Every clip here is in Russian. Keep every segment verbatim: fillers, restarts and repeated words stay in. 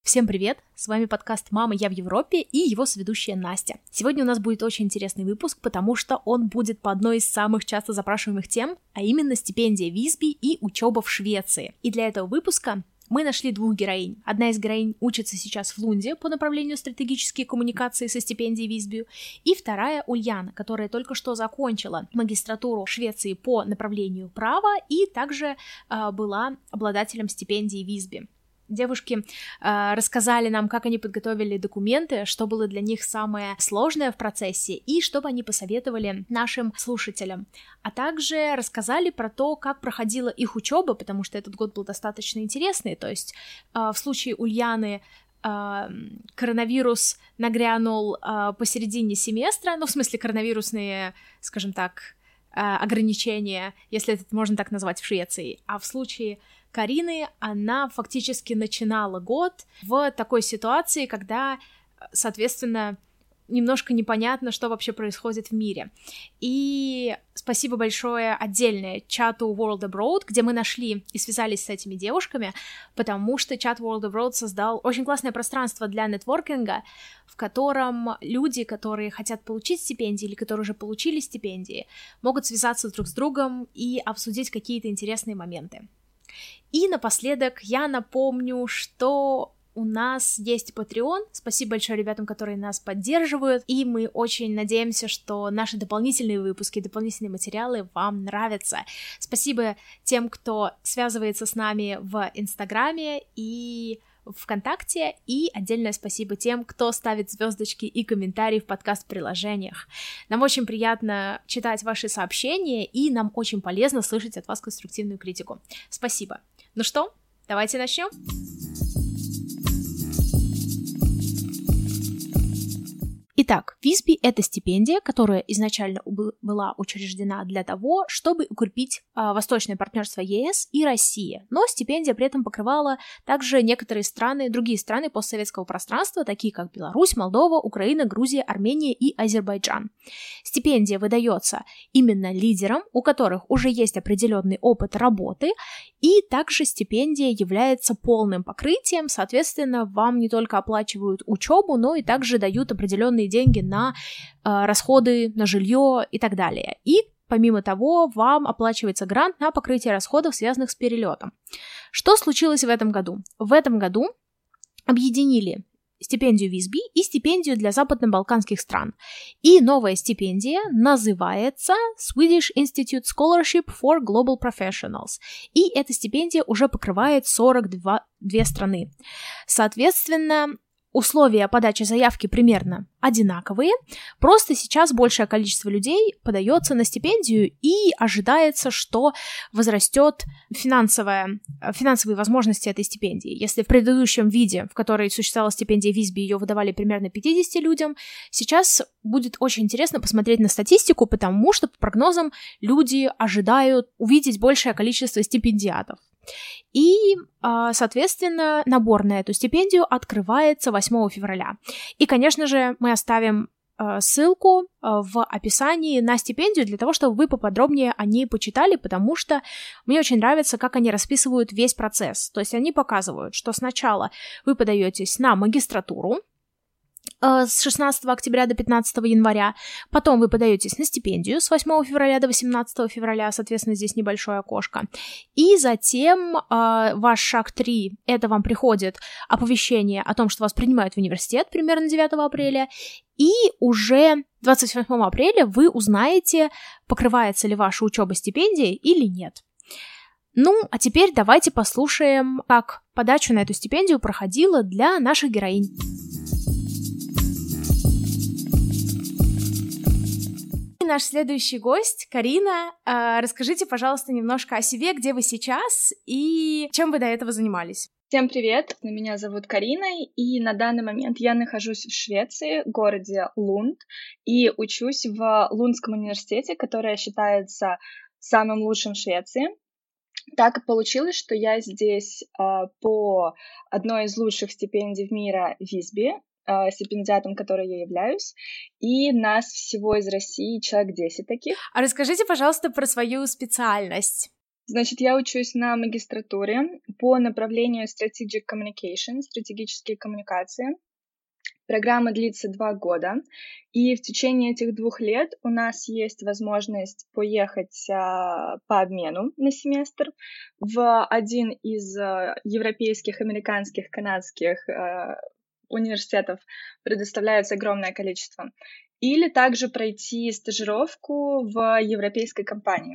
Всем привет! С вами подкаст «Мама, я в Европе» и его соведущая Настя. Сегодня у нас будет очень интересный выпуск, потому что он будет по одной из самых часто запрашиваемых тем, а именно стипендия Визби и учеба в Швеции. И для этого выпуска мы нашли двух героинь. Одна из героинь учится сейчас в Лунде по направлению стратегические коммуникации со стипендией Визби, и вторая Ульяна, которая только что закончила магистратуру в Швеции по направлению права и также э, была обладателем стипендии Визби. Девушки э, рассказали нам, как они подготовили документы, что было для них самое сложное в процессе и что бы они посоветовали нашим слушателям. А также рассказали про то, как проходила их учеба, потому что этот год был достаточно интересный. То есть э, в случае Ульяны э, коронавирус нагрянул э, посередине семестра, ну в смысле коронавирусные, скажем так, э, ограничения, если это можно так назвать в Швеции, а в случае Карины она фактически начинала год в такой ситуации, когда, соответственно, немножко непонятно, что вообще происходит в мире. И спасибо большое отдельное чату World Abroad, где мы нашли и связались с этими девушками, потому что чат World Abroad создал очень классное пространство для нетворкинга, в котором люди, которые хотят получить стипендии или которые уже получили стипендии, могут связаться друг с другом и обсудить какие-то интересные моменты. И напоследок я напомню, что у нас есть Patreon. Спасибо большое ребятам, которые нас поддерживают, и мы очень надеемся, что наши дополнительные выпуски, дополнительные материалы вам нравятся. Спасибо тем, кто связывается с нами в Инстаграме и ВКонтакте, и отдельное спасибо тем, кто ставит звездочки и комментарии в подкаст-приложениях. Нам очень приятно читать ваши сообщения, и нам очень полезно слышать от вас конструктивную критику. Спасибо. Ну что, давайте начнем. Итак, Визби — это стипендия, которая изначально была учреждена для того, чтобы укрепить а, восточное партнерство ЕС и России, но стипендия при этом покрывала также некоторые страны, другие страны постсоветского пространства, такие как Беларусь, Молдова, Украина, Грузия, Армения и Азербайджан. Стипендия выдается именно лидерам, у которых уже есть определенный опыт работы, и также стипендия является полным покрытием, соответственно, вам не только оплачивают учебу, но и также дают определенные деньги на э, расходы, на жилье и так далее. И, помимо того, вам оплачивается грант на покрытие расходов, связанных с перелетом. Что случилось в этом году? В этом году объединили стипендию Визби и стипендию для западно-балканских стран. И новая стипендия называется Swedish Institute Scholarship for Global Professionals. И эта стипендия уже покрывает сорок две страны. Соответственно, условия подачи заявки примерно одинаковые, просто сейчас большее количество людей подается на стипендию, и ожидается, что возрастет финансовая, финансовые возможности этой стипендии. Если в предыдущем виде, в которой существовала стипендия Визби, ее выдавали примерно пятидесяти людям, сейчас будет очень интересно посмотреть на статистику, потому что по прогнозам люди ожидают увидеть большее количество стипендиатов. И, соответственно, набор на эту стипендию открывается восьмого февраля. И, конечно же, мы оставим ссылку в описании на стипендию для того, чтобы вы поподробнее о ней почитали, потому что мне очень нравится, как они расписывают весь процесс. То есть они показывают, что сначала вы подаетесь на магистратуру с шестнадцатого октября до пятнадцатого января, потом вы подаетесь на стипендию с восьмого февраля до восемнадцатого февраля, соответственно, здесь небольшое окошко, и затем э, ваш шаг три, это вам приходит оповещение о том, что вас принимают в университет примерно девятого апреля, и уже двадцать восьмого апреля вы узнаете, покрывается ли ваша учеба стипендией или нет. Ну, а теперь давайте послушаем, как подача на эту стипендию проходила для наших героинь. Наш следующий гость, Карина. Э, расскажите, пожалуйста, немножко о себе, где вы сейчас и чем вы до этого занимались. Всем привет, меня зовут Карина, и на данный момент я нахожусь в Швеции, в городе Лунд, и учусь в Лундском университете, который считается самым лучшим в Швеции. Так получилось, что я здесь э, по одной из лучших стипендий в мире Визби, стипендиатом, которой я являюсь, и нас всего из России человек десять таких. А расскажите, пожалуйста, про свою специальность. Значит, я учусь на магистратуре по направлению Strategic Communication, стратегические коммуникации. Программа длится два года, и в течение этих двух лет у нас есть возможность поехать а, по обмену на семестр в один из а, европейских, американских, канадских а, университетов, предоставляется огромное количество, или также пройти стажировку в европейской компании.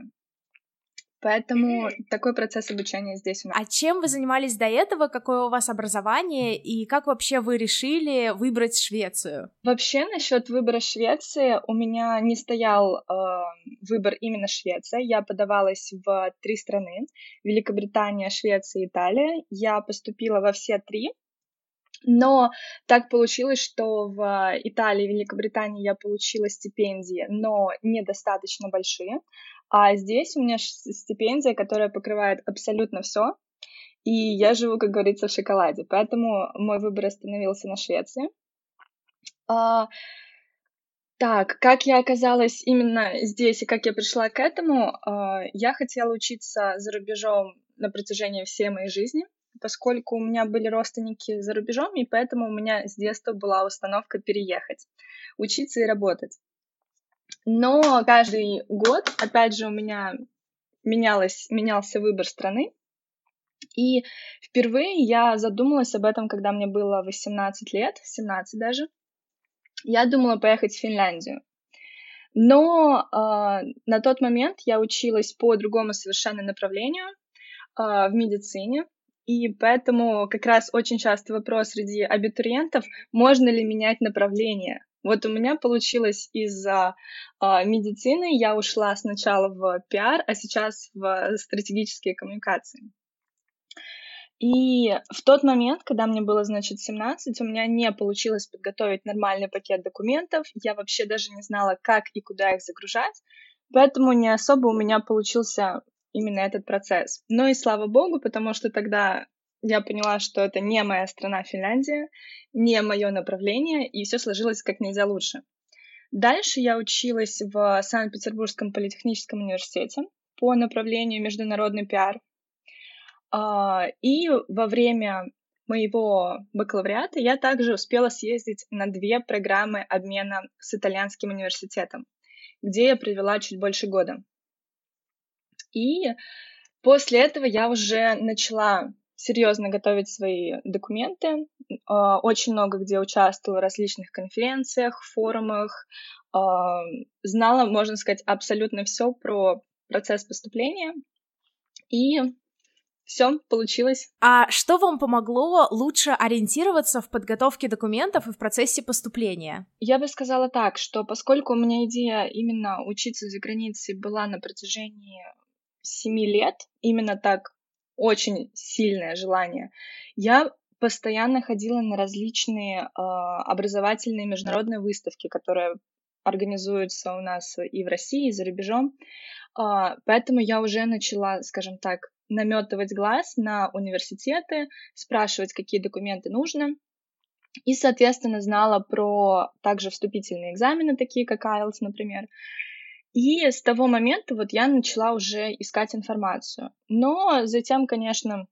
Поэтому такой процесс обучения здесь у нас. А чем вы занимались до этого? Какое у вас образование? И как вообще вы решили выбрать Швецию? Вообще, насчет выбора Швеции у меня не стоял э, выбор именно Швеция. Я подавалась в три страны: Великобритания, Швеция, Италия. Я поступила во все три. Но так получилось, что в Италии и Великобритании я получила стипендии, но недостаточно большие. А здесь у меня стипендия, которая покрывает абсолютно все, и я живу, как говорится, в шоколаде. Поэтому мой выбор остановился на Швеции. А, так, как я оказалась именно здесь и как я пришла к этому, а, я хотела учиться за рубежом на протяжении всей моей жизни, поскольку у меня были родственники за рубежом, и поэтому у меня с детства была установка переехать, учиться и работать. Но каждый год, опять же, у меня менялось, менялся выбор страны, и впервые я задумалась об этом, когда мне было восемнадцать лет, семнадцать даже. Я думала поехать в Финляндию. Но э, на тот момент я училась по другому совершенно направлению, э, в медицине, и поэтому как раз очень часто вопрос среди абитуриентов: можно ли менять направление? Вот у меня получилось из-за э, медицины, я ушла сначала в пиар, а сейчас в стратегические коммуникации. И в тот момент, когда мне было, значит, семнадцать, у меня не получилось подготовить нормальный пакет документов, я вообще даже не знала, как и куда их загружать, поэтому не особо у меня получился именно этот процесс. Но и слава богу, потому что тогда я поняла, что это не моя страна Финляндия, не мое направление, и все сложилось как нельзя лучше. Дальше я училась в Санкт-Петербургском политехническом университете по направлению международный пиар. И во время моего бакалавриата я также успела съездить на две программы обмена с итальянским университетом, где я провела чуть больше года. И после этого я уже начала серьезно готовить свои документы. Очень много где участвовала в различных конференциях, форумах. Знала, можно сказать, абсолютно все про процесс поступления. И все получилось. А что вам помогло лучше ориентироваться в подготовке документов и в процессе поступления? Я бы сказала так, что поскольку у меня идея именно учиться за границей была на протяжении семи лет, именно так, очень сильное желание, я постоянно ходила на различные э, образовательные международные выставки, которые организуются у нас и в России, и за рубежом. Э, поэтому я уже начала, скажем так, наметывать глаз на университеты, спрашивать, какие документы нужно. И, соответственно, знала про также вступительные экзамены, такие как ай эл ти эс, например. И с того момента вот я начала уже искать информацию. Но затем, конечно,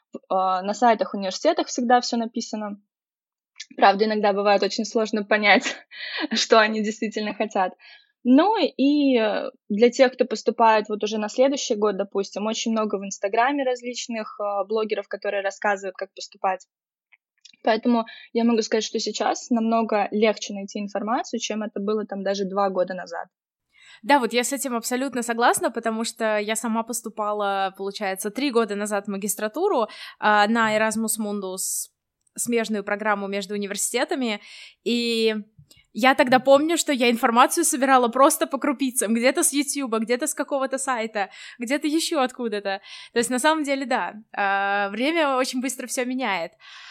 на сайтах университетов всегда все написано. Правда, иногда бывает очень сложно понять, что они действительно хотят. Ну и для тех, кто поступает вот уже на следующий год, допустим, очень много в Инстаграме различных блогеров, которые рассказывают, как поступать. Поэтому я могу сказать, что сейчас намного легче найти информацию, чем это было там даже два года назад. Да, вот я с этим абсолютно согласна, потому что я сама поступала, получается, три года назад в магистратуру э, на Erasmus Mundus, смежную программу между университетами, и я тогда помню, что я информацию собирала просто по крупицам, где-то с Ютьюба, где-то с какого-то сайта, где-то еще откуда-то. То есть на самом деле, да, э, время очень быстро все меняет.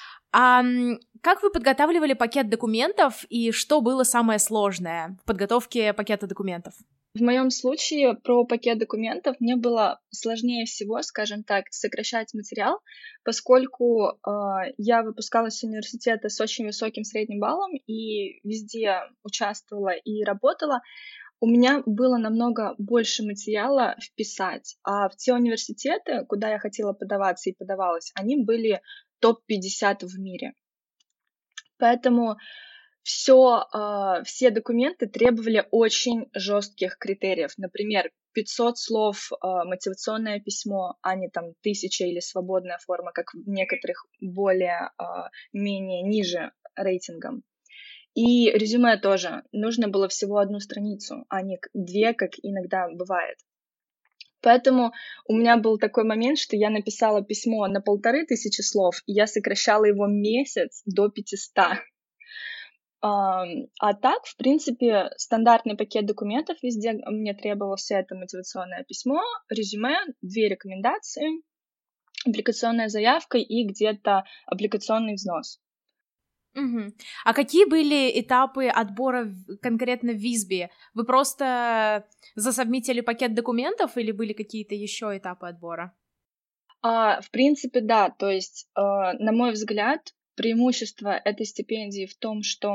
А как вы подготавливали пакет документов и что было самое сложное в подготовке пакета документов? В моем случае про пакет документов мне было сложнее всего, скажем так, сокращать материал, поскольку э, я выпускалась с университета с очень высоким средним баллом и везде участвовала и работала. у меня было намного больше материала вписать, а в те университеты, куда я хотела подаваться и подавалась, они были топ пятьдесят в мире. Поэтому все, э, все документы требовали очень жестких критериев. Например, пятьсот слов э, мотивационное письмо, а не там тысяча или свободная форма, как в некоторых более э, менее ниже рейтингом. И резюме тоже. Нужно было всего одну страницу, а не две, как иногда бывает. Поэтому у меня был такой момент, что я написала письмо на полторы тысячи слов, и я сокращала его месяц до пятисот. А, а так, в принципе, стандартный пакет документов везде мне требовался. Это мотивационное письмо, резюме, две рекомендации, аппликационная заявка и где-то аппликационный взнос. Угу. А какие были этапы отбора в- конкретно в Визби? Вы просто засабмитили пакет документов или были какие-то еще этапы отбора? А, в принципе, да. То есть, э, на мой взгляд, преимущество этой стипендии в том, что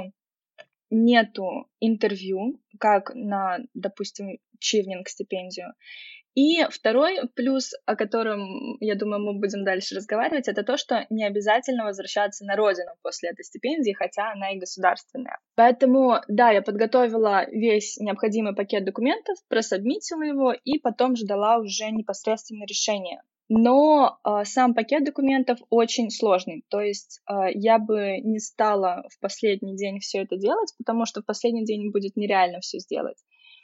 нету интервью, как на, допустим, Чивнинг стипендию. И второй плюс, о котором, я думаю, мы будем дальше разговаривать, это то, что не обязательно возвращаться на родину после этой стипендии, хотя она и государственная. Поэтому, да, я подготовила весь необходимый пакет документов, просабмитила его и потом ждала уже непосредственно решения. Но э, сам пакет документов очень сложный, то есть э, я бы не стала в последний день все это делать, потому что в последний день будет нереально все сделать.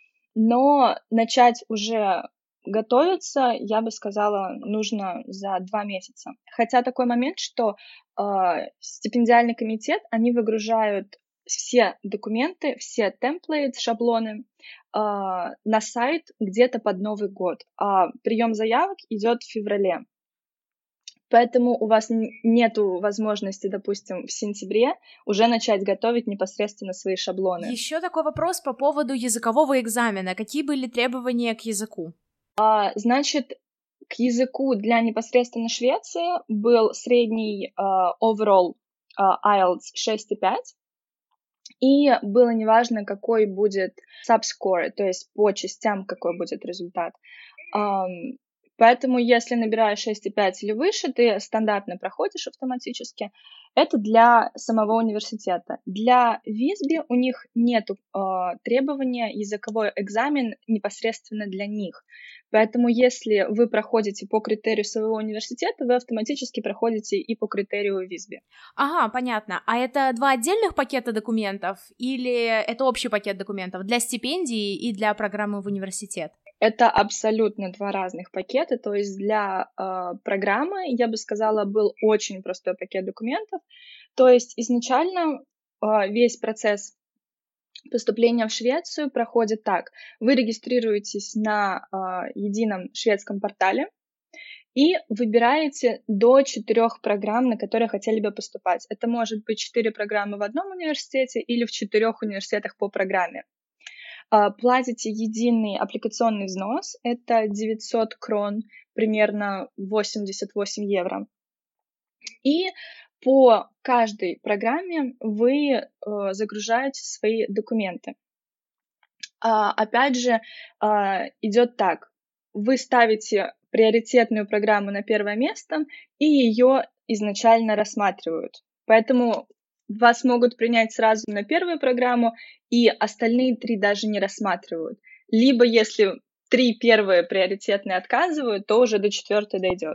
Но начать уже готовиться, я бы сказала, нужно за два месяца. Хотя такой момент, что э, стипендиальный комитет, они выгружают все документы, все темплейты, шаблоны э, на сайт где-то под Новый год, а прием заявок идет в феврале. Поэтому у вас нет возможности, допустим, в сентябре уже начать готовить непосредственно свои шаблоны. Еще такой вопрос по поводу языкового экзамена. Какие были требования к языку? А, значит, к языку для непосредственно Швеции был средний uh, overall uh, айлтс шесть и пять, и было неважно, какой будет subscore, то есть по частям какой будет результат. Um, поэтому если набираешь шесть и пять или выше, ты стандартно проходишь автоматически. Это для самого университета. Для Визби у них нет э, требования языковой экзамен непосредственно для них. Поэтому если вы проходите по критерию своего университета, вы автоматически проходите и по критерию Визби. Ага, понятно. А это два отдельных пакета документов или это общий пакет документов для стипендии и для программы в университет? Это абсолютно два разных пакета, то есть для э, программы, я бы сказала, был очень простой пакет документов, то есть изначально э, весь процесс поступления в Швецию проходит так. Вы регистрируетесь на э, едином шведском портале и выбираете до четырех программ, на которые хотели бы поступать. Это может быть четыре программы в одном университете или в четырех университетах по программе. Платите единый аппликационный взнос, это девятьсот крон, примерно восемьдесят восемь евро. И по каждой программе вы э, загружаете свои документы. А, опять же, а, идет так. Вы ставите приоритетную программу на первое место, и ее изначально рассматривают. Поэтому вас могут принять сразу на первую программу, и остальные три даже не рассматривают. Либо если три первые приоритетные отказывают, то уже до четвертой дойдет.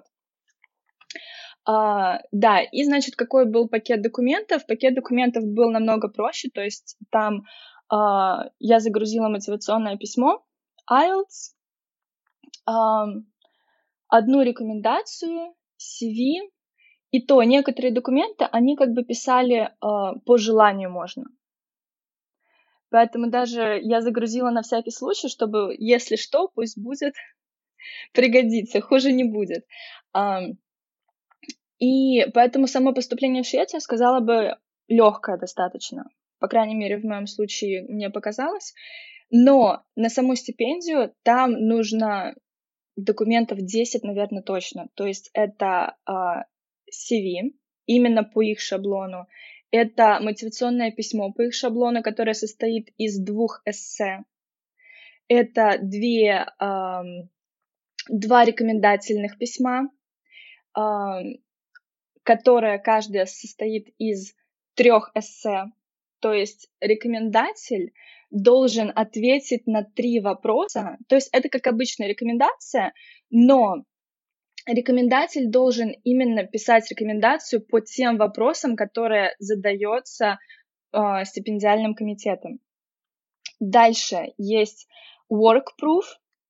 А, да, и, значит, какой был пакет документов? Пакет документов был намного проще, то есть там а, я загрузила мотивационное письмо, айлтс, а, одну рекомендацию, си ви, и то некоторые документы, они как бы писали а, по желанию можно. Поэтому даже я загрузила на всякий случай, чтобы, если что, пусть будет, пригодится, хуже не будет. А, и поэтому само поступление в Швецию, я сказала бы, легкое достаточно. По крайней мере, в моем случае мне показалось. Но на саму стипендию там нужно документов десять, наверное, точно. То есть это а, си ви, именно по их шаблону. Это мотивационное письмо по их шаблону, которое состоит из двух эссе. это две, эм, два рекомендательных письма, эм, которое каждое состоит из трех эссе. То есть рекомендатель должен ответить на три вопроса. То есть это как обычная рекомендация, но рекомендатель должен именно писать рекомендацию по тем вопросам, которые задается э, стипендиальным комитетом. Дальше есть work proof.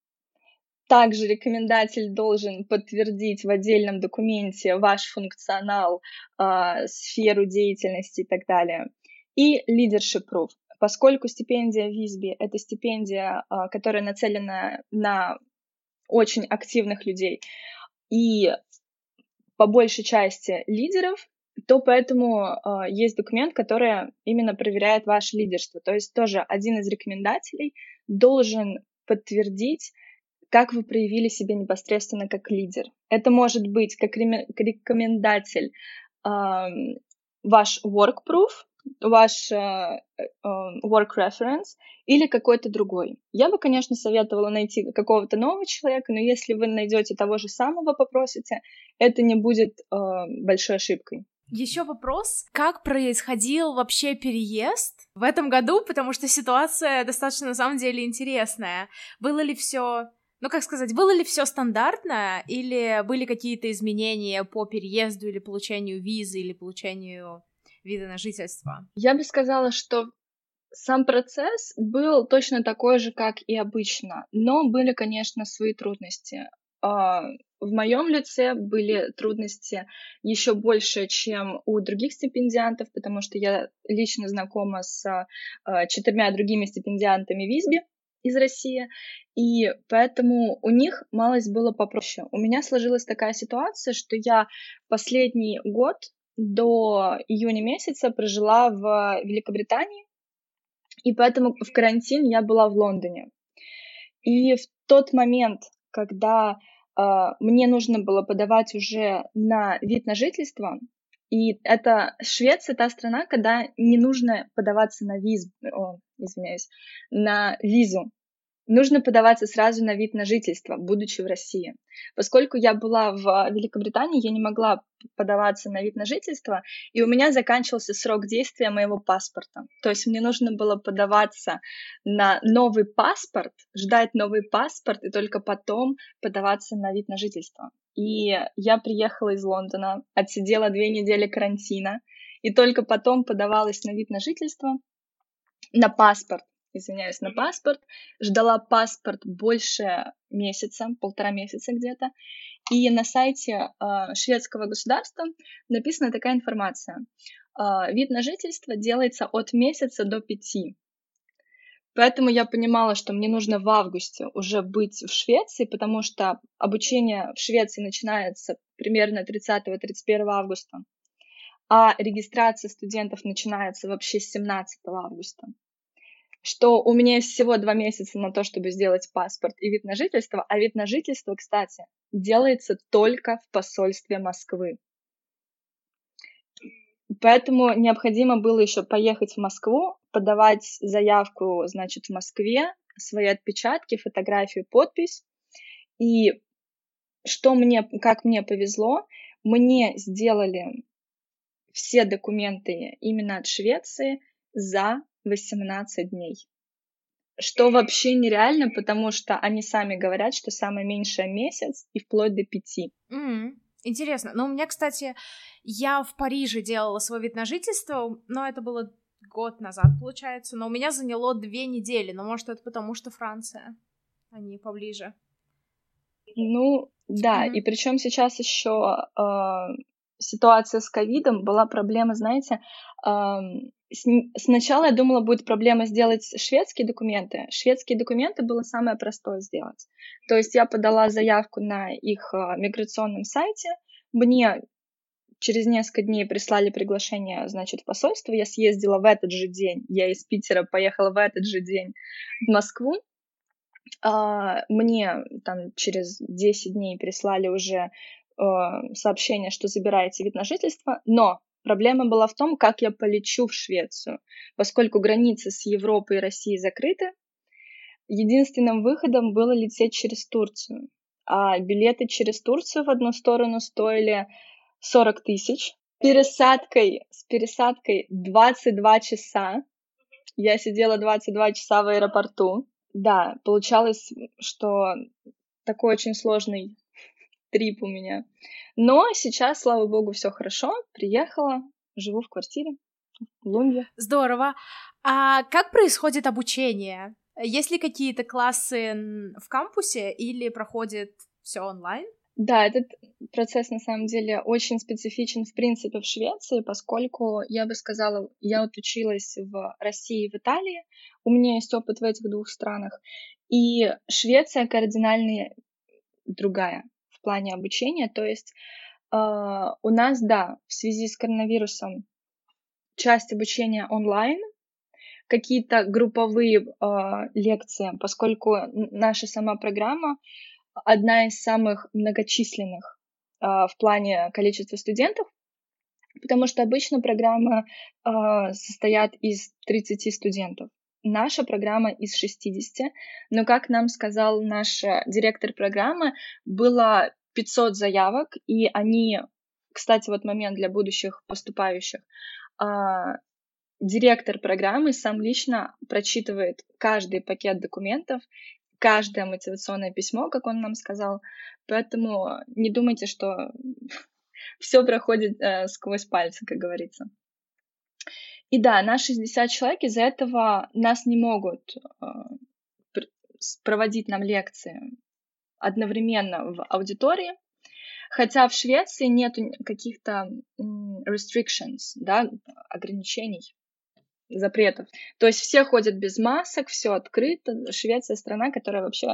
Также рекомендатель должен подтвердить в отдельном документе ваш функционал, э, сферу деятельности и так далее. И leadership proof. Поскольку стипендия Визби — это стипендия, э, которая нацелена на очень активных людей и по большей части лидеров, то поэтому э, есть документ, который именно проверяет ваше лидерство. То есть тоже один из рекомендателей должен подтвердить, как вы проявили себя непосредственно как лидер. Это может быть как рекомендатель э, ваш work proof, ваш э, э, work reference или какой-то другой. Я бы, конечно, советовала найти какого-то нового человека, но если вы найдете того же самого, попросите, это не будет э, большой ошибкой. Еще вопрос, как происходил вообще переезд в этом году, потому что ситуация достаточно, на самом деле, интересная. Было ли все, ну, как сказать, было ли все стандартно, или были какие-то изменения по переезду или получению визы, или получению вида на жительство? Я бы сказала, что сам процесс был точно такой же, как и обычно, но были, конечно, свои трудности. В моем лице были трудности еще больше, чем у других стипендиантов, потому что я лично знакома с четырьмя другими стипендиантами Визби из России, и поэтому у них малость было попроще. У меня сложилась такая ситуация, что я последний год до июня месяца прожила в Великобритании, и поэтому в карантин я была в Лондоне. И в тот момент, когда э, мне нужно было подавать уже на вид на жительство, и это Швеция, та страна, когда не нужно подаваться на виз, о, извиняюсь, на визу. Нужно подаваться сразу на вид на жительство, будучи в России. Поскольку я была в Великобритании, я не могла подаваться на вид на жительство, и у меня заканчивался срок действия моего паспорта. То есть мне нужно было подаваться на новый паспорт, ждать новый паспорт, и только потом подаваться на вид на жительство. И я приехала из Лондона, отсидела две недели карантина, и только потом подавалась на вид на жительство, на паспорт. извиняюсь, на паспорт, ждала паспорт больше месяца, полтора месяца где-то, и на сайте э, шведского государства написана такая информация. Э, вид на жительство делается от месяца до пяти. Поэтому я понимала, что мне нужно в августе уже быть в Швеции, потому что обучение в Швеции начинается примерно тридцатого-тридцать первого августа, а регистрация студентов начинается вообще с семнадцатого августа. Что у меня есть всего два месяца на то, чтобы сделать паспорт и вид на жительство, а вид на жительство, кстати, делается только в посольстве Москвы. Поэтому необходимо было еще поехать в Москву, подавать заявку, значит, в Москве, свои отпечатки, фотографию, подпись. И что мне, как мне повезло, мне сделали все документы именно от Швеции за восемнадцать дней. Что вообще нереально, потому что они сами говорят, что самое меньшее месяц и вплоть до пяти. Mm, интересно. Но у меня, кстати, я в Париже делала свой вид на жительство, но это было год назад, получается, но у меня заняло две недели, но может это потому, что Франция, они поближе. Ну, да, mm-hmm. И причем сейчас еще э, ситуация с ковидом, была проблема, знаете, э, сначала я думала, будет проблема сделать шведские документы. Шведские документы было самое простое сделать. То есть я подала заявку на их миграционном сайте, мне через несколько дней прислали приглашение, значит, в посольство, я съездила в этот же день, я из Питера поехала в этот же день в Москву, мне там через десять дней прислали уже сообщение, что забираете вид на жительство, но проблема была в том, как я полечу в Швецию, поскольку границы с Европой и Россией закрыты, единственным выходом было лететь через Турцию. А билеты через Турцию в одну сторону стоили сорок тысяч. Пересадкой, с пересадкой двадцать два часа. Я сидела двадцать два часа в аэропорту. Да, получалось, что такой очень сложный трип у меня. Но сейчас, слава богу, все хорошо. Приехала, живу в квартире в Лунде. Здорово. А как происходит обучение? Есть ли какие-то классы в кампусе или проходит все онлайн? Да, этот процесс на самом деле очень специфичен в принципе в Швеции, поскольку, я бы сказала, я вот училась в России и в Италии, у меня есть опыт в этих двух странах, и Швеция кардинально другая в плане обучения, то есть э, у нас, да, в связи с коронавирусом часть обучения онлайн, какие-то групповые э, лекции, поскольку наша сама программа одна из самых многочисленных э, в плане количества студентов, потому что обычно программа э, состоят из тридцати студентов. Наша программа из шестидесяти, но, как нам сказал наш директор программы, было пятьсот заявок, и они, кстати, вот момент для будущих поступающих, э, директор программы сам лично прочитывает каждый пакет документов, каждое мотивационное письмо, как он нам сказал, поэтому не думайте, что все проходит э, сквозь пальцы, как говорится. И да, на шестьдесят человек, из-за этого нас не могут э, проводить нам лекции одновременно в аудитории, хотя в Швеции нет каких-то restrictions, да, ограничений, запретов. То есть все ходят без масок, все открыто. Швеция страна, которая вообще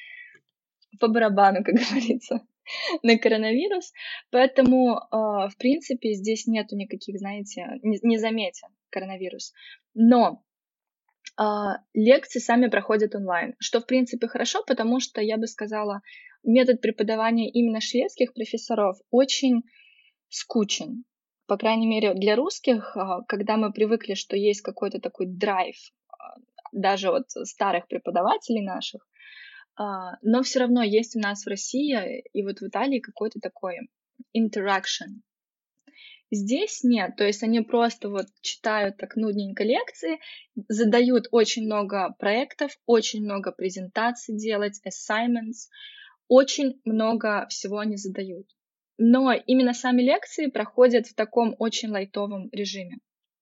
по барабану, как говорится, на коронавирус. Поэтому, э, в принципе, здесь нету никаких, знаете, не, не заметен коронавирус. Но э, лекции сами проходят онлайн, что, в принципе, хорошо, потому что, я бы сказала, метод преподавания именно шведских профессоров очень скучен. По крайней мере, для русских, когда мы привыкли, что есть какой-то такой драйв, даже от старых преподавателей наших, но все равно есть у нас в России и вот в Италии какой-то такой interaction. Здесь нет, то есть они просто вот читают так нудненько лекции, задают очень много проектов, очень много презентаций делать, assignments, очень много всего они задают. Но именно сами лекции проходят в таком очень лайтовом режиме.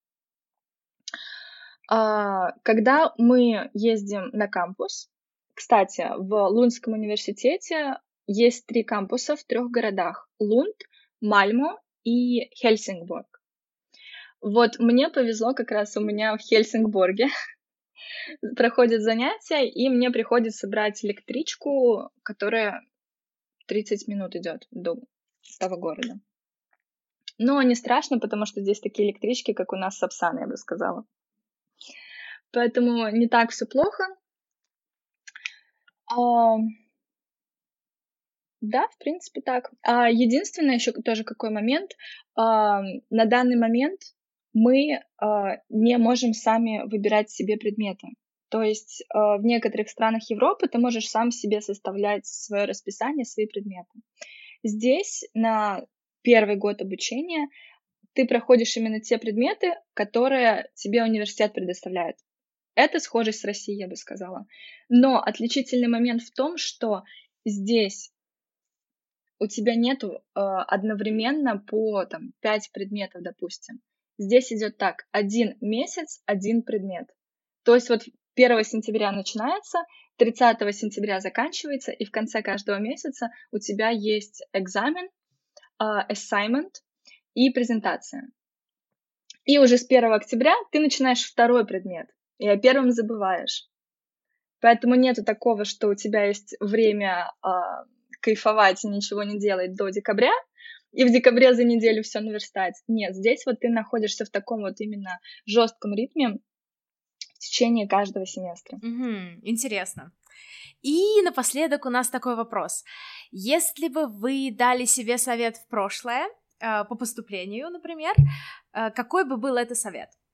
Когда мы ездим на кампус, кстати, в Лундском университете есть три кампуса в трех городах: Лунд, Мальмо и Хельсингборг. Вот мне повезло, как раз у меня в Хельсингборге проходят занятия, и мне приходится брать электричку, которая тридцать минут идет до того города. Но не страшно, потому что здесь такие электрички, как у нас с Сапсан, я бы сказала. Поэтому не так все плохо. А, да, в принципе, так. А единственное еще тоже какой момент. А, на данный момент мы а, не можем сами выбирать себе предметы. То есть а, в некоторых странах Европы ты можешь сам себе составлять свое расписание, свои предметы. Здесь на первый год обучения ты проходишь именно те предметы, которые тебе университет предоставляет. Это схожесть с Россией, я бы сказала. Но отличительный момент в том, что здесь у тебя нету э, одновременно по там, пять предметов, допустим. Здесь идет так: один месяц, один предмет. То есть вот первого сентября начинается, тридцатого сентября заканчивается, и в конце каждого месяца у тебя есть экзамен, э, assignment и презентация. И уже с первого октября ты начинаешь второй предмет, и о первом забываешь. Поэтому нету такого, что у тебя есть время э, кайфовать и ничего не делать до декабря, и в декабре за неделю все наверстать. Нет, здесь вот ты находишься в таком вот именно жестком ритме в течение каждого семестра. Угу, интересно. И напоследок у нас такой вопрос. Если бы вы дали себе совет в прошлое, э, по поступлению, например, э, какой бы был это совет?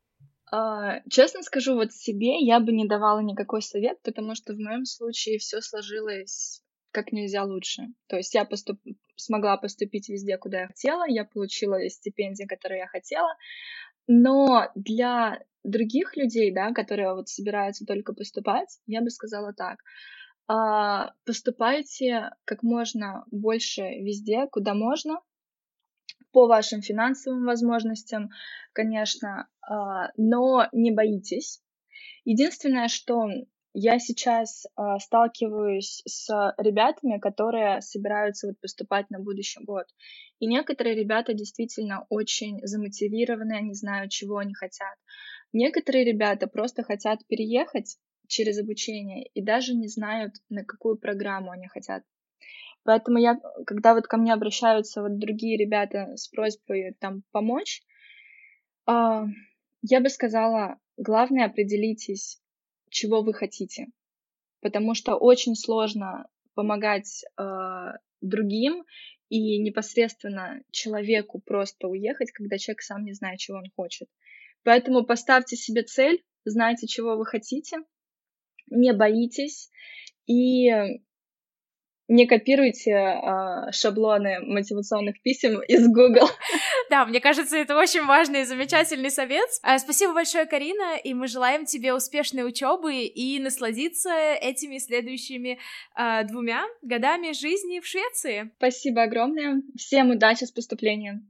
А, честно скажу, вот себе я бы не давала никакой совет, потому что в моем случае все сложилось как нельзя лучше. То есть я поступ... смогла поступить везде, куда я хотела, я получила стипендии, которые я хотела, но для других людей, да, которые вот собираются только поступать, я бы сказала так: а, поступайте как можно больше везде, куда можно, по вашим финансовым возможностям, конечно, а, но не боитесь. Единственное, что я сейчас а, сталкиваюсь с ребятами, которые собираются вот поступать на будущий год. И некоторые ребята действительно очень замотивированы, они знают, чего они хотят. Некоторые ребята просто хотят переехать через обучение и даже не знают, на какую программу они хотят. Поэтому я, когда вот ко мне обращаются вот другие ребята с просьбой там помочь, а, я бы сказала, главное, определитесь, чего вы хотите, потому что очень сложно помогать а, другим и непосредственно человеку просто уехать, когда человек сам не знает, чего он хочет. Поэтому поставьте себе цель, знайте, чего вы хотите, не боитесь и не копируйте а, шаблоны мотивационных писем из Google. Да, мне кажется, это очень важный и замечательный совет. А, спасибо большое, Карина, и мы желаем тебе успешной учебы и насладиться этими следующими а, двумя годами жизни в Швеции. Спасибо огромное. Всем удачи с поступлением.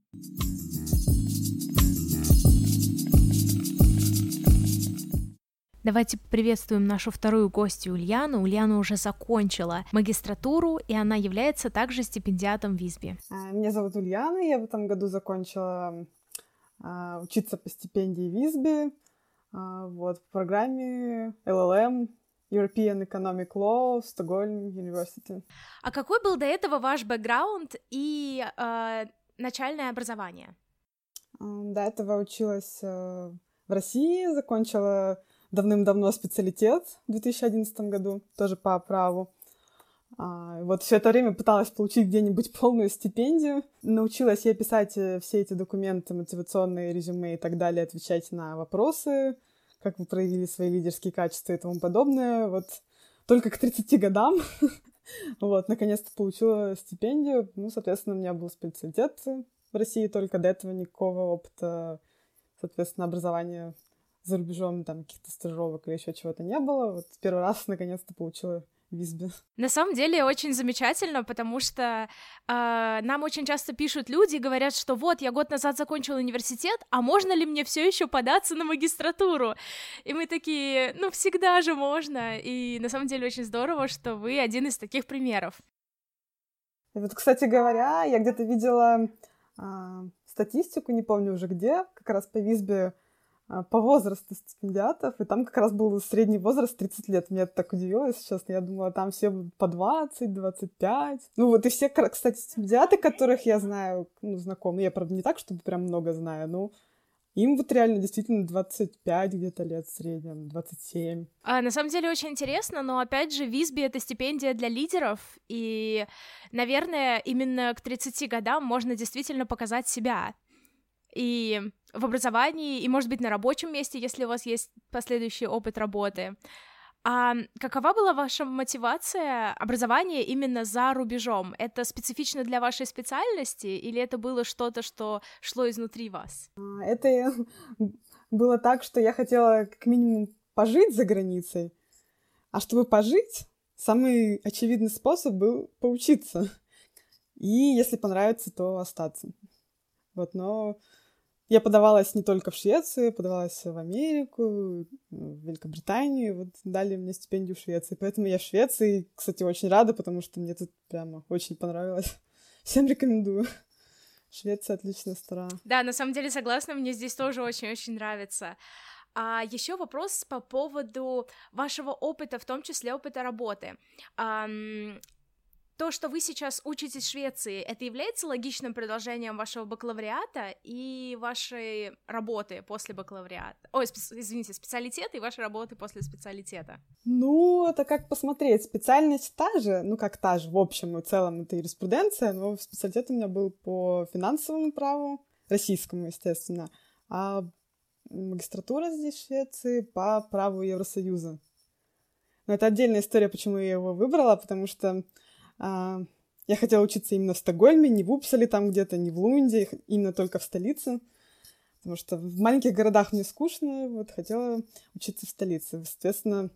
Давайте приветствуем нашу вторую гостью Ульяну. Ульяна уже закончила магистратуру, и она является также стипендиатом Висби. Меня зовут Ульяна, я в этом году закончила а, учиться по стипендии Висби а, вот, в программе эл эл эм European Economic Law Stockholm University. А какой был до этого ваш бэкграунд и э, начальное образование? До этого училась в России, закончила давным-давно специалитет в две тысячи одиннадцатом году, тоже по праву. А, вот все это время пыталась получить где-нибудь полную стипендию. Научилась я писать все эти документы, мотивационные резюме и так далее, отвечать на вопросы, как вы проявили свои лидерские качества и тому подобное. Вот только к тридцати годам вот, наконец-то получила стипендию. Ну, соответственно, у меня был специалитет в России, только до этого никакого опыта, соответственно, образования за рубежом, там, каких-то стажировок или еще чего-то не было. Вот первый раз, наконец-то, получила Висби. На самом деле очень замечательно, потому что э, нам очень часто пишут люди, говорят, что вот, я год назад закончила университет, а можно ли мне все еще податься на магистратуру? И мы такие, ну, всегда же можно. И на самом деле очень здорово, что вы один из таких примеров. И вот, кстати говоря, я где-то видела э, статистику, не помню уже где, как раз по Висби, по возрасту стипендиатов, и там как раз был средний возраст тридцать лет. Меня это так удивило, если честно. Я думала, там все будут по двадцать, двадцать пять. Ну вот и все, кстати, стипендиаты, которых я знаю, ну, знакомы, я, правда, не так, чтобы прям много знаю, но им вот реально действительно двадцать пять где-то лет в среднем, двадцать семь. А, на самом деле очень интересно, но опять же Висби — это стипендия для лидеров, и, наверное, именно к тридцати годам можно действительно показать себя. И в образовании, и, может быть, на рабочем месте, если у вас есть последующий опыт работы. А какова была ваша мотивация образования именно за рубежом? Это специфично для вашей специальности, или это было что-то, что шло изнутри вас? Это было так, что я хотела как минимум пожить за границей, а чтобы пожить, самый очевидный способ был поучиться. И если понравится, то остаться. Вот, но я подавалась не только в Швецию, подавалась в Америку, в Великобританию, вот дали мне стипендию в Швеции. Поэтому я в Швеции, кстати, очень рада, потому что мне тут прямо очень понравилось. Всем рекомендую. Швеция — отличная страна. Да, на самом деле согласна, мне здесь тоже очень-очень нравится. А еще вопрос по поводу вашего опыта, в том числе опыта работы. Um... То, что вы сейчас учитесь в Швеции, это является логичным продолжением вашего бакалавриата и вашей работы после бакалавриата? Ой, спе- извините, специалитета и вашей работы после специалитета. Ну, это как посмотреть. Специальность та же, ну, как та же, в общем и целом, это юриспруденция, но специалитет у меня был по финансовому праву, российскому, естественно, а магистратура здесь, в Швеции, по праву Евросоюза. Но это отдельная история, почему я его выбрала, потому что а, я хотела учиться именно в Стокгольме, не в Упсале там где-то, не в Лунде, именно только в столице. Потому что в маленьких городах мне скучно, вот хотела учиться в столице. Соответственно,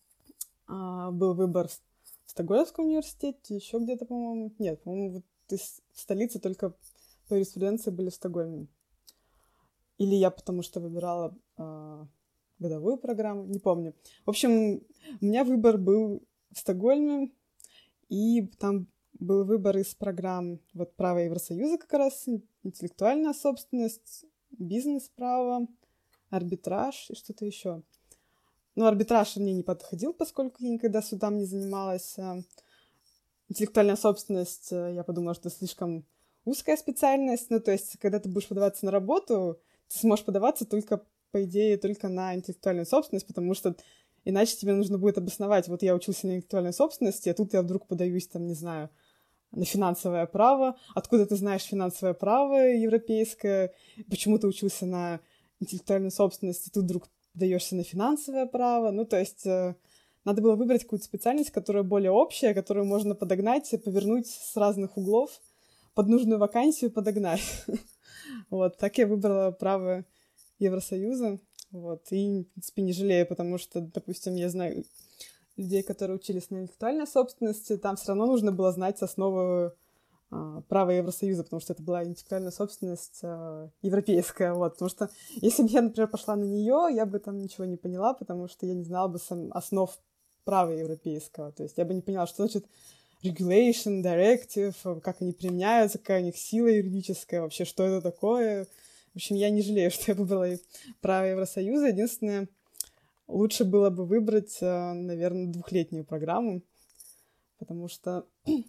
а, был выбор в Стокгольмском университете, еще где-то, по-моему. Нет, по-моему, вот из столицы только по юриспруденции были в Стокгольме. Или я потому что выбирала а, годовую программу, не помню. В общем, у меня выбор был в Стокгольме, и там был выбор из программ вот право Евросоюза как раз, интеллектуальная собственность, бизнес-право, арбитраж и что-то еще. Но арбитраж мне не подходил, поскольку я никогда судом не занималась. Интеллектуальная собственность, я подумала, что слишком узкая специальность. Ну, то есть, когда ты будешь подаваться на работу, ты сможешь подаваться только, по идее, только на интеллектуальную собственность, потому что иначе тебе нужно будет обосновать. Вот я учился на интеллектуальной собственности, а тут я вдруг подаюсь, там, не знаю, на финансовое право. Откуда ты знаешь финансовое право европейское? Почему ты учился на интеллектуальной собственности, тут вдруг подаешься на финансовое право? Ну, то есть э, надо было выбрать какую-то специальность, которая более общая, которую можно подогнать, повернуть с разных углов, под нужную вакансию подогнать. Вот, так я выбрала право Евросоюза. Вот, и, в принципе, не жалею, потому что, допустим, я знаю людей, которые учились на интеллектуальной собственности, там все равно нужно было знать основы а, права Евросоюза, потому что это была интеллектуальная собственность а, европейская, вот, потому что если бы я, например, пошла на нее, я бы там ничего не поняла, потому что я не знала бы сам основ права европейского, то есть я бы не поняла, что значит regulation, directive, как они применяются, какая у них сила юридическая, вообще, что это такое. В общем, я не жалею, что я выбрала право Евросоюза. Единственное, лучше было бы выбрать, наверное, двухлетнюю программу, потому что,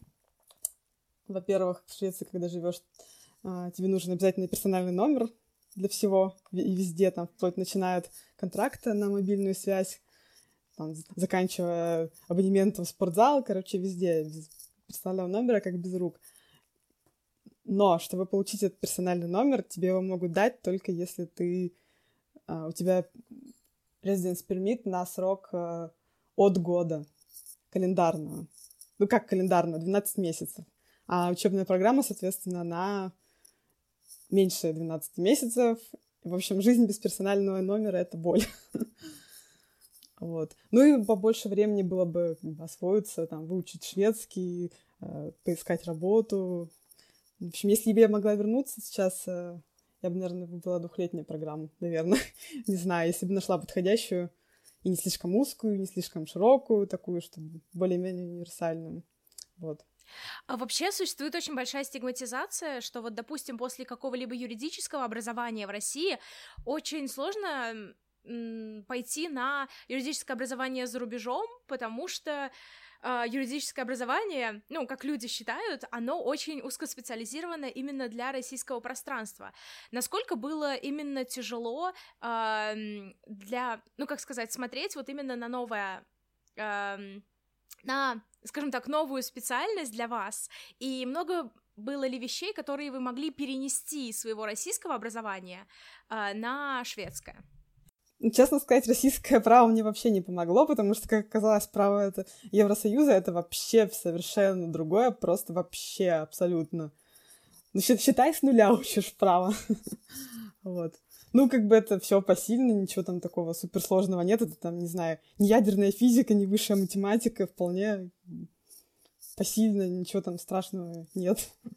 во-первых, в Швеции, когда живешь, тебе нужен обязательно персональный номер для всего и везде, там, вплоть начиная от контракта на мобильную связь, там, заканчивая абонементом в спортзал, короче, везде без персонального номера, как без рук. Но, чтобы получить этот персональный номер, тебе его могут дать только если ты, а, у тебя residence permit на срок а, от года календарного. Ну, как календарного? двенадцать месяцев. А учебная программа, соответственно, на меньше двенадцати месяцев. В общем, жизнь без персонального номера — это боль. Вот. Ну и побольше времени было бы освоиться, там, выучить шведский, э, поискать работу. В общем, если бы я могла вернуться сейчас, э, я бы, наверное, выбрала двухлетнюю программу, наверное. Не знаю, если бы нашла подходящую и не слишком узкую, не слишком широкую, такую, чтобы более-менее универсальную. Вот. А вообще существует очень большая стигматизация, что вот, допустим, после какого-либо юридического образования в России очень сложно пойти на юридическое образование за рубежом, потому что э, юридическое образование, ну, как люди считают, оно очень узкоспециализировано именно для российского пространства. Насколько было именно тяжело э, для, ну, как сказать, смотреть вот именно на новое, э, на, скажем так, новую специальность для вас, и много было ли вещей, которые вы могли перенести из своего российского образования э, на шведское? Честно сказать, российское право мне вообще не помогло, потому что, как оказалось, право это Евросоюза — это вообще совершенно другое, просто вообще абсолютно. Ну, считай, с нуля учишь право. Вот. Ну, как бы это все посильно, ничего там такого суперсложного нет. Это там, не знаю, ни ядерная физика, ни высшая математика, вполне посильно, ничего там страшного нет.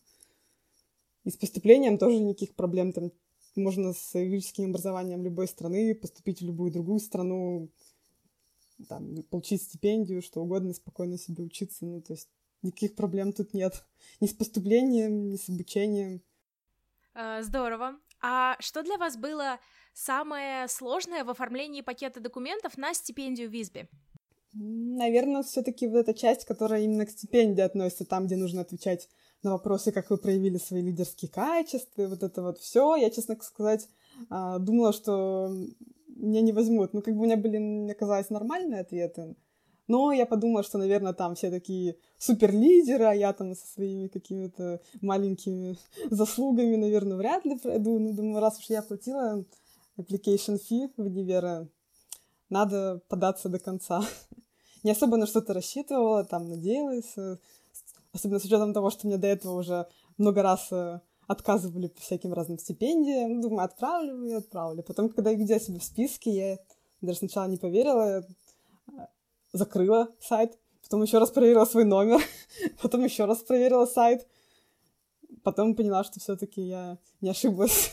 И с поступлением тоже никаких проблем там. Можно с юридическим образованием любой страны поступить в любую другую страну, там, получить стипендию, что угодно, спокойно себе учиться. Ну, то есть никаких проблем тут нет. Ни с поступлением, ни с обучением. Здорово. А что для вас было самое сложное в оформлении пакета документов на стипендию в Висби? Наверное, все-таки вот эта часть, которая именно к стипендии относится, там, где нужно отвечать на вопросы, как вы проявили свои лидерские качества, и вот это вот все. Я, честно сказать, думала, что меня не возьмут. Ну, как бы у меня были, мне казалось, нормальные ответы. Но я подумала, что, наверное, там все такие суперлидеры, а я там со своими какими-то маленькими заслугами, наверное, вряд ли пройду. Ну, думаю, раз уж я платила application fee в универ, надо податься до конца. Не особо на что-то рассчитывала, там, надеялась, особенно с учетом того, что мне до этого уже много раз отказывали по всяким разным стипендиям. Думаю, отправлю и отправлю. Потом, когда я видела себя в списке, я даже сначала не поверила, я закрыла сайт, потом еще раз проверила свой номер, потом еще раз проверила сайт, потом поняла, что все-таки я не ошиблась.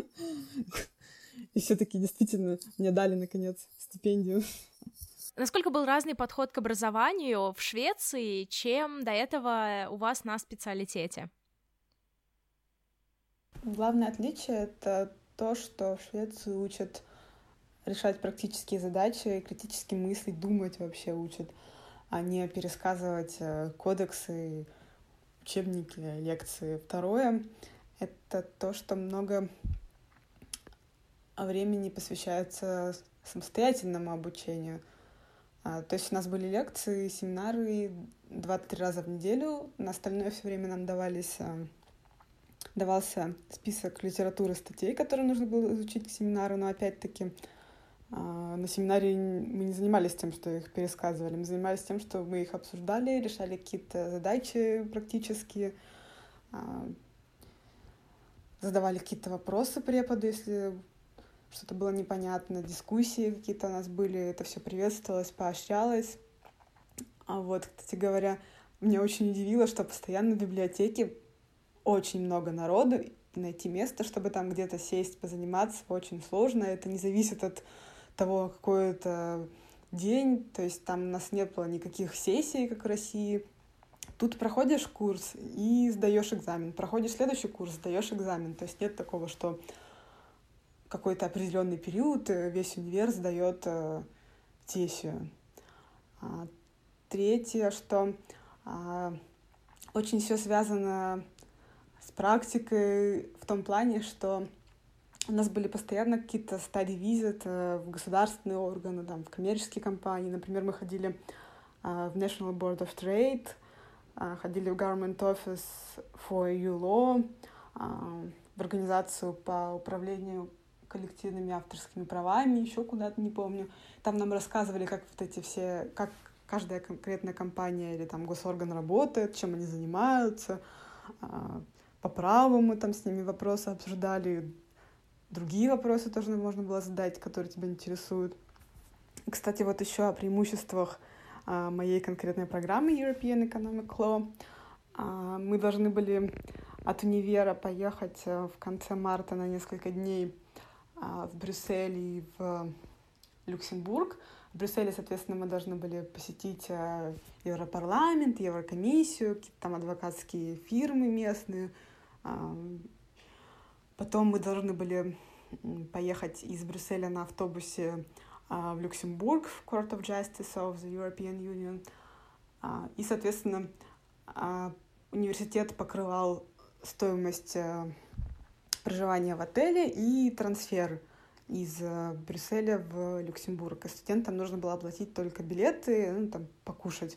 И все-таки действительно мне дали, наконец, стипендию. Насколько был разный подход к образованию в Швеции, чем до этого у вас на специалитете? Главное отличие — это то, что в Швеции учат решать практические задачи, критически мыслить, думать вообще учат, а не пересказывать кодексы, учебники, лекции. Второе — это то, что много времени посвящается самостоятельному обучению. То есть у нас были лекции, семинары два-три раза в неделю, на остальное все время нам давались, давался список литературы, статей, которые нужно было изучить к семинару, но опять-таки на семинаре мы не занимались тем, что их пересказывали, мы занимались тем, что мы их обсуждали, решали какие-то задачи практические, задавали какие-то вопросы преподу, если что-то было непонятно, дискуссии какие-то у нас были, это все приветствовалось, поощрялось. А вот, кстати говоря, меня очень удивило, что постоянно в библиотеке очень много народу, и найти место, чтобы там где-то сесть, позаниматься, очень сложно. Это не зависит от того, какой это день, то есть там у нас не было никаких сессий, как в России. Тут проходишь курс и сдаешь экзамен, проходишь следующий курс, сдаешь экзамен. То есть нет такого, что какой-то определенный период весь универ сдает э, сессию. А, третье, что а, очень все связано с практикой в том плане, что у нас были постоянно какие-то study visit в государственные органы, там, в коммерческие компании. Например, мы ходили а, в National Board of Trade, а, ходили в Government Office for E U Law, а, в организацию по управлению коллективными авторскими правами, еще куда-то, не помню. Там нам рассказывали, как вот эти все, как каждая конкретная компания или там госорган работает, чем они занимаются. По праву мы там с ними вопросы обсуждали, другие вопросы тоже можно было задать, которые тебя интересуют. Кстати, вот еще о преимуществах моей конкретной программы European Economic Law. Мы должны были от универа поехать в конце марта на несколько дней в Брюссель и в Люксембург. В Брюсселе, соответственно, мы должны были посетить Европарламент, Еврокомиссию, какие-то там адвокатские фирмы местные. Потом мы должны были поехать из Брюсселя на автобусе в Люксембург, в Court of Justice of the European Union. И, соответственно, университет покрывал стоимость проживания в отеле и трансфер из Брюсселя в Люксембург. И студентам нужно было оплатить только билеты, ну, там, покушать.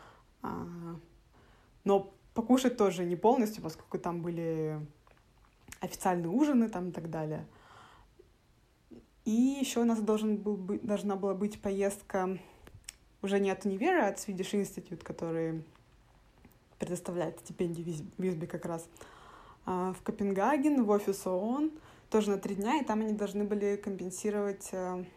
Но покушать тоже не полностью, поскольку там были официальные ужины там, и так далее. И еще у нас должен был быть, должна была быть поездка уже не от универа, а от Swedish Institute, который предоставляет стипендию Висби как раз, в Копенгаген, в офис ООН, тоже на три дня, и там они должны были компенсировать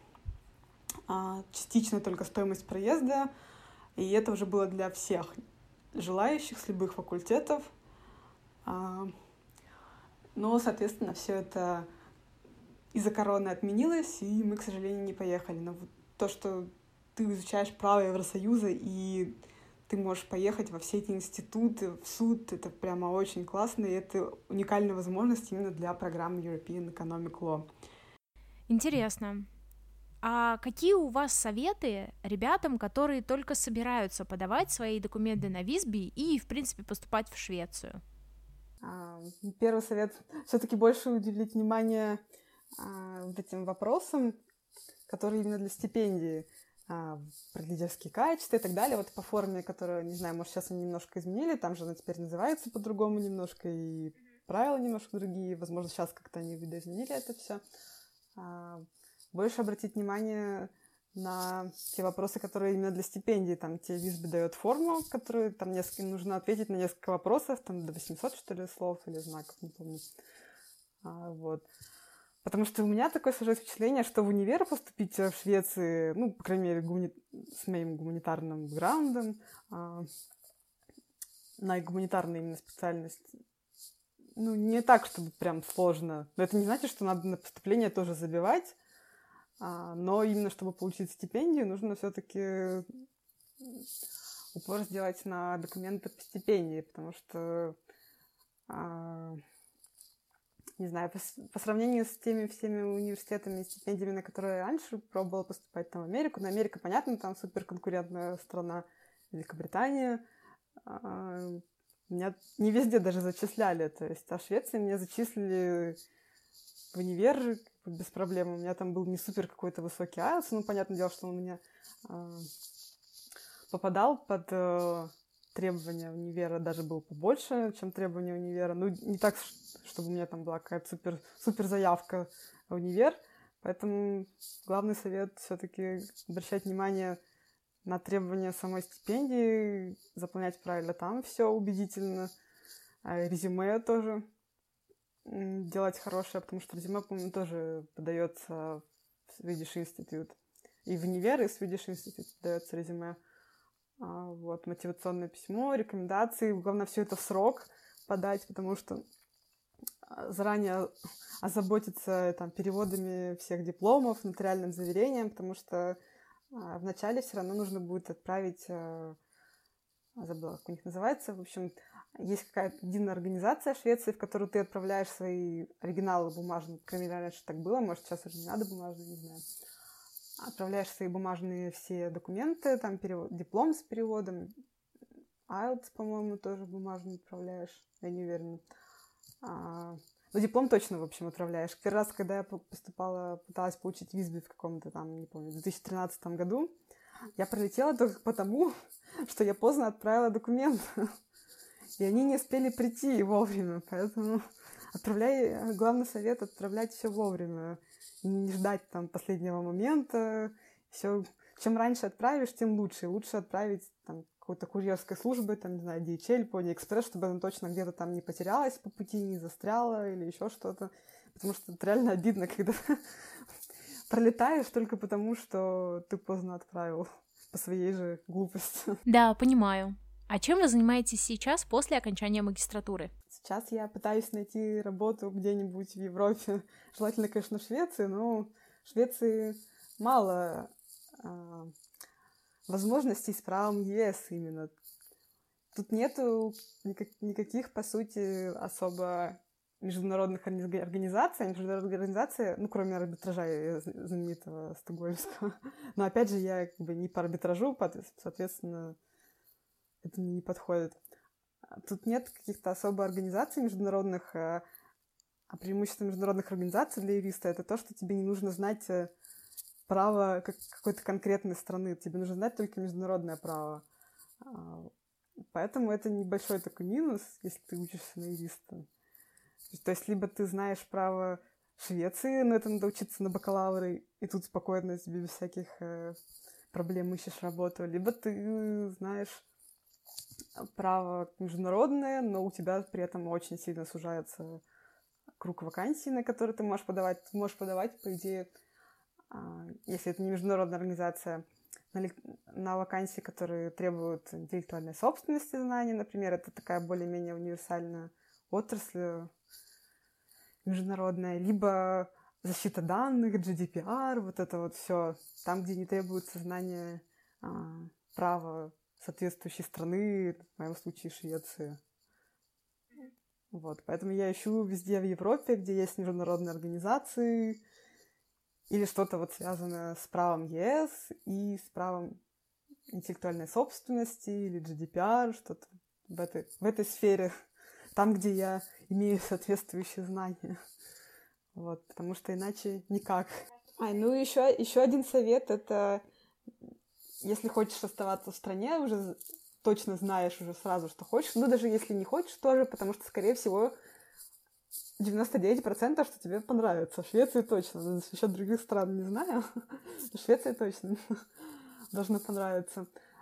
частично только стоимость проезда, и это уже было для всех желающих с любых факультетов. Но, соответственно, все это из-за короны отменилось, и мы, к сожалению, не поехали. Но вот то, что ты изучаешь право Евросоюза, и ты можешь поехать во все эти институты, в суд. Это прямо очень классно, и это уникальная возможность именно для программы European Economic Law. Интересно. А какие у вас советы ребятам, которые только собираются подавать свои документы на Висби и, в принципе, поступать в Швецию? Первый совет — все-таки больше уделить внимание вот этим вопросам, которые именно для стипендии. Про лидерские качества и так далее. Вот по форме, которую, не знаю, может, сейчас они немножко изменили, там же она теперь называется по-другому немножко, и правила немножко другие. Возможно, сейчас как-то они видоизменили это все. больше обратить внимание на те вопросы, которые именно для стипендий. Там тебе Визби дает форму, которую там несколько, нужно ответить на несколько вопросов, там до восемьсот, что ли, слов или знаков, не помню. А, вот. Потому что у меня такое сложилось впечатление, что в универ поступить в Швеции, ну, по крайней мере, гумани... с моим гуманитарным бэкграундом, а, на гуманитарную именно специальность, ну, не так, чтобы прям сложно. Но это не значит, что надо на поступление тоже забивать, а, но именно чтобы получить стипендию, нужно все-таки упор сделать на документы по стипендии, потому что, а, не знаю, по, по сравнению с теми всеми университетами и стипендиями, на которые я раньше пробовала поступать там в Америку, на Америка, понятно, там суперконкурентная страна, Великобритания, а, меня не везде даже зачисляли, то есть, а в Швеции меня зачислили в универ без проблем. У меня там был не супер какой-то высокий айлтс, ну, понятное дело, что он у меня э, попадал под э, требования универа, даже был побольше, чем требования универа. Ну, не так, чтобы у меня там была какая-то супер, супер заявка в универ, поэтому главный совет все-таки обращать внимание на требования самой стипендии, заполнять правильно там все убедительно, а резюме тоже делать хорошее, потому что резюме, по-моему, тоже подается в Swedish Institute. И в универ, и в Swedish Institute подается резюме. А, вот, мотивационное письмо, рекомендации. Главное, все это в срок подать, потому что заранее озаботиться там, переводами всех дипломов, нотариальным заверением, потому что а, вначале все равно нужно будет отправить, а, забыла, как у них называется, в общем, есть какая-то единая организация в Швеции, в которую ты отправляешь свои оригиналы бумажные. По крайней мере, раньше так было, может, сейчас уже не надо бумажные, не знаю. Отправляешь свои бумажные все документы, там перевод, диплом с переводом, айлтс, по-моему, тоже бумажный отправляешь, я не уверена. А, ну, диплом точно, в общем, отправляешь. Первый раз, когда я поступала, пыталась получить Визби в каком-то там, не помню, в две тысячи тринадцатом году, я пролетела только потому, что я поздно отправила документ. И они не успели прийти вовремя, поэтому отправляй, главный совет — отправлять все вовремя. И не ждать там последнего момента. Все. Чем раньше отправишь, тем лучше. Лучше отправить там какой-то курьерской службы, там, не знаю, ди эйч эл, Pony Express, чтобы она точно где-то там не потерялась по пути, не застряла или еще что-то. Потому что это реально обидно, когда пролетаешь только потому, что ты поздно отправил по своей же глупости. Да, понимаю. А чем вы занимаетесь сейчас после окончания магистратуры? Сейчас я пытаюсь найти работу где-нибудь в Европе. Желательно, конечно, в Швеции, но в Швеции мало э, возможностей с правом ЕС именно. Тут нету никак, никаких, по сути, особо международных организаций. Международные организации, ну, кроме арбитража знаменитого стокгольмского. Но, опять же, я как бы не по арбитражу, соответственно, это мне не подходит. Тут нет каких-то особо организаций международных, а преимущество международных организаций для юриста — это то, что тебе не нужно знать право какой-то конкретной страны, тебе нужно знать только международное право. Поэтому это небольшой такой минус, если ты учишься на юриста. То есть либо ты знаешь право Швеции, но это надо учиться на бакалавре, и тут спокойно тебе без всяких проблем ищешь работу, либо ты знаешь право международное, но у тебя при этом очень сильно сужается круг вакансий, на которые ты можешь подавать. Ты можешь подавать, по идее, если это не международная организация, на, на вакансии, которые требуют интеллектуальной собственности знаний, например. Это такая более-менее универсальная отрасль международная. Либо защита данных, джи ди пи ар, вот это вот все. Там, где не требуется знания а, права соответствующей страны, в моем случае Швеции. Вот, поэтому я ищу везде в Европе, где есть международные организации или что-то вот связанное с правом ЕС и с правом интеллектуальной собственности или джи ди пи ар, что-то в этой, в этой сфере, там, где я имею соответствующие знания. Вот, потому что иначе никак. А, ну еще, еще один совет — это если хочешь оставаться в стране, уже точно знаешь уже сразу, что хочешь. Ну, даже если не хочешь, тоже, потому что, скорее всего, девяносто девять процентов, что тебе понравится. В Швеции точно. Еще других стран не знаю. В Швеции точно должно понравиться.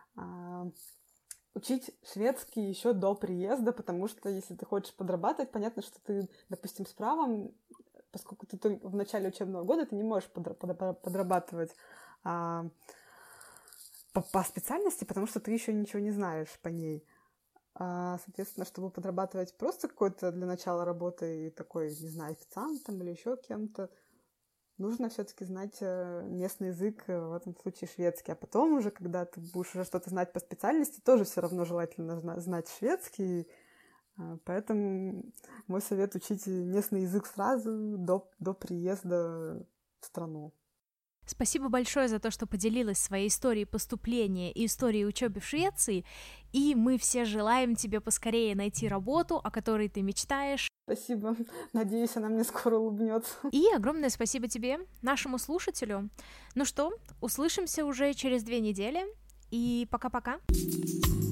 Учить шведский еще до приезда, потому что если ты хочешь подрабатывать, понятно, что ты, допустим, с правом, поскольку ты только в начале учебного года, ты не можешь подрабатывать а, по, по специальности, потому что ты еще ничего не знаешь по ней. А, соответственно, чтобы подрабатывать просто какой-то для начала работы, такой, не знаю, официантом или еще кем-то, нужно все-таки знать местный язык, в этом случае шведский. А потом уже, когда ты будешь уже что-то знать по специальности, тоже все равно желательно знать шведский. Поэтому мой совет — учить местный язык сразу, до, до приезда в страну. Спасибо большое за то, что поделилась своей историей поступления и историей учебы в Швеции, и мы все желаем тебе поскорее найти работу, о которой ты мечтаешь. Спасибо. Надеюсь, она мне скоро улыбнется. И огромное спасибо тебе, нашему слушателю. Ну что, услышимся уже через две недели, и пока-пока.